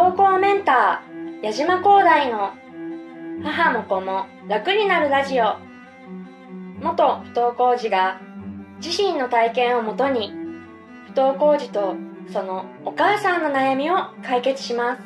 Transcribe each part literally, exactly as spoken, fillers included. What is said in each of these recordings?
登校メンター矢島光大の母も子も楽になるラジオ。元不登校児が自身の体験をもとに不登校児とそのお母さんの悩みを解決します。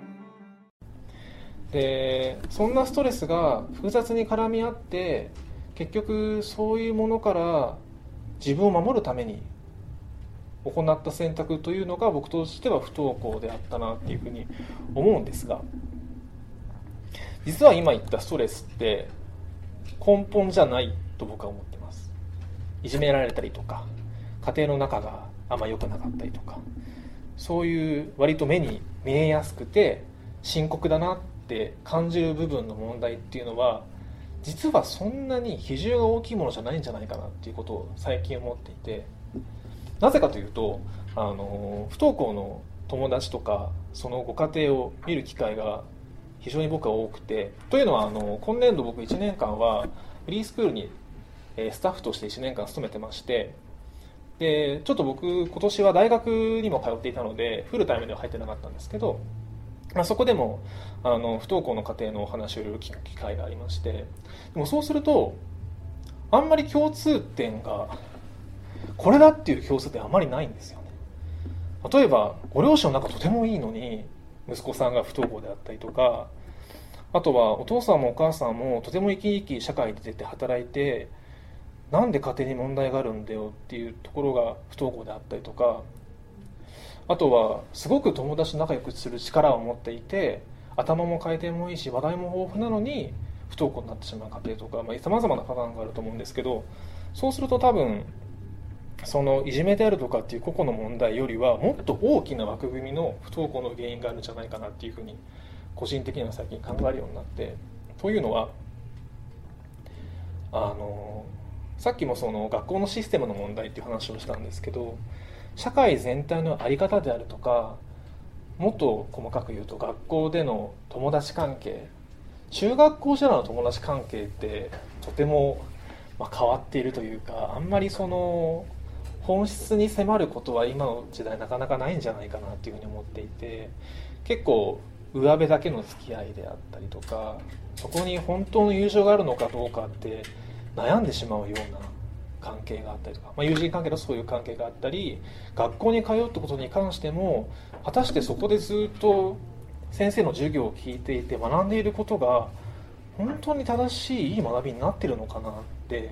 でそんなストレスが複雑に絡み合って結局そういうものから自分を守るために行った選択というのが僕としては不登校であったなっていうふうに思うんですが、実は今言ったストレスって根本じゃないと僕は思ってます。いじめられたりとか家庭の中があんま良くなかったりとか、そういう割と目に見えやすくて深刻だなって感じる部分の問題っていうのは実はそんなに比重が大きいものじゃないんじゃないかなっていうことを最近思っていて、なぜかというとあの不登校の友達とかそのご家庭を見る機会が非常に僕は多くて、というのはあの今年度僕いちねんかんはフリースクールにスタッフとしていちねんかん勤めてまして、でちょっと僕今年は大学にも通っていたのでフルタイムでは入ってなかったんですけど、まあ、そこでもあの不登校の家庭のお話をいろいろ聞く機会がありまして、でもそうするとあんまり共通点がこれだっていう共通点あまりないんですよね。例えばご両親の仲とてもいいのに息子さんが不登校であったりとか、あとはお父さんもお母さんもとても生き生き社会に出て働いてなんで家庭に問題があるんだよっていうところが不登校であったりとか、あとはすごく友達と仲良くする力を持っていて頭も回転もいいし話題も豊富なのに不登校になってしまう家庭とか、さまざ、まなパターンがあると思うんですけど、そうすると多分そのいじめであるとかっていう個々の問題よりはもっと大きな枠組みの不登校の原因があるんじゃないかなっていうふうに個人的には最近考えるようになって、というのはあのさっきもその学校のシステムの問題っていう話をしたんですけど、社会全体の在り方であるとか、もっと細かく言うと学校での友達関係、中学校時代の友達関係ってとてもまあ変わっているというか、あんまりその本質に迫ることは今の時代なかなかないんじゃないかなっていうふうに思っていて、結構上辺だけの付き合いであったりとか、そこに本当の友情があるのかどうかって悩んでしまうような関係があったりとか、まあ、友人関係だとそういう関係があったり、学校に通うってことに関しても果たしてそこでずっと先生の授業を聞いていて学んでいることが本当に正しいいい学びになっているのかなって、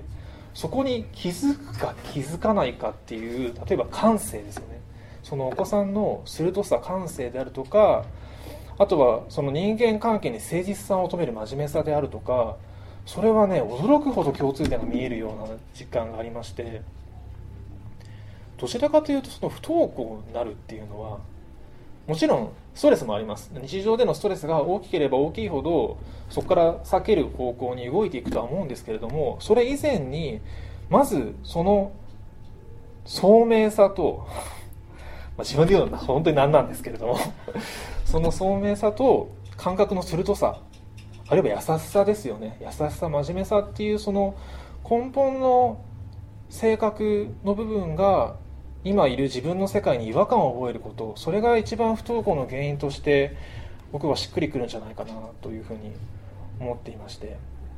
そこに気づくか気づかないかっていう、例えば感性ですよね。そのお子さんの鋭さ、感性であるとか、あとはその人間関係に誠実さを求める真面目さであるとか、それはね驚くほど共通点が見えるような実感がありまして、どちらかというとその不登校になるっていうのはもちろんストレスもあります。日常でのストレスが大きければ大きいほどそこから避ける方向に動いていくとは思うんですけれども、それ以前にまずその聡明さとまあ自分で言うのは本当に何なんですけれどもその聡明さと感覚の鋭さ、あるいは優しさですよね。優しさ、真面目さっていうその根本の性格の部分が今いる自分の世界に違和感を覚えること、それが一番不登校の原因として僕はしっくりくるんじゃないかなというふうに思っていまして、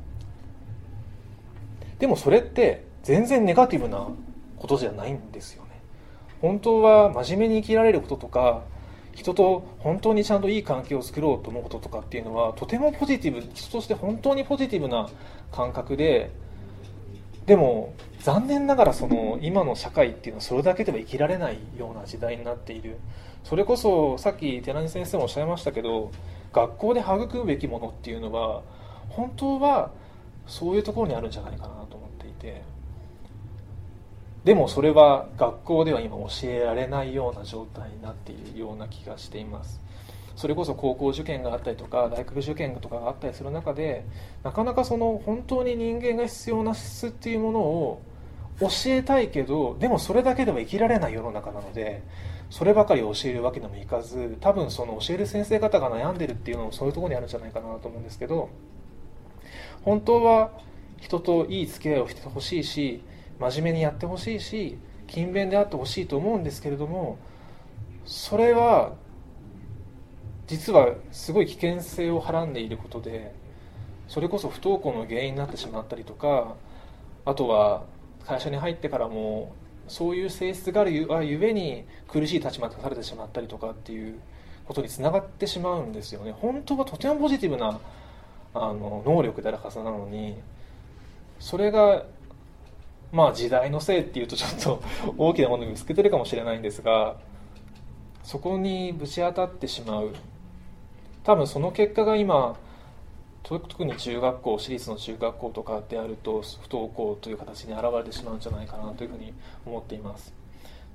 でもそれって全然ネガティブなことじゃないんですよね。本当は真面目に生きられることとか、人と本当にちゃんといい関係を作ろうと思うこととかっていうのはとてもポジティブ、人として本当にポジティブな感覚で、でも残念ながらその今の社会っていうのはそれだけでは生きられないような時代になっている。それこそさっき寺西先生もおっしゃいましたけど、学校で育むべきものっていうのは本当はそういうところにあるんじゃないかなと思っていて、でもそれは学校では今教えられないような状態になっているような気がしています。それこそ高校受験があったりとか大学受験とかがあったりする中で、なかなかその本当に人間が必要な質っていうものを教えたいけど、でもそれだけでは生きられない世の中なので、そればかり教えるわけにもいかず、多分その教える先生方が悩んでるっていうのもそういうところにあるんじゃないかなと思うんですけど、本当は人といい付き合いをしてほしいし、真面目にやってほしいし、勤勉であってほしいと思うんですけれども、それは実はすごい危険性をはらんでいることで、それこそ不登校の原因になってしまったりとか、あとは会社に入ってからもそういう性質があるがゆえに苦しい立場に立たれてしまったりとかっていうことにつながってしまうんですよね。本当はとてもポジティブなあの能力であるはずなのに、それがまあ時代のせいっていうとちょっと大きなものにぶつけてるかもしれないんですが、そこにぶち当たってしまう。多分その結果が今特に中学校、私立の中学校とかであると不登校という形に現れてしまうんじゃないかなというふうに思っています。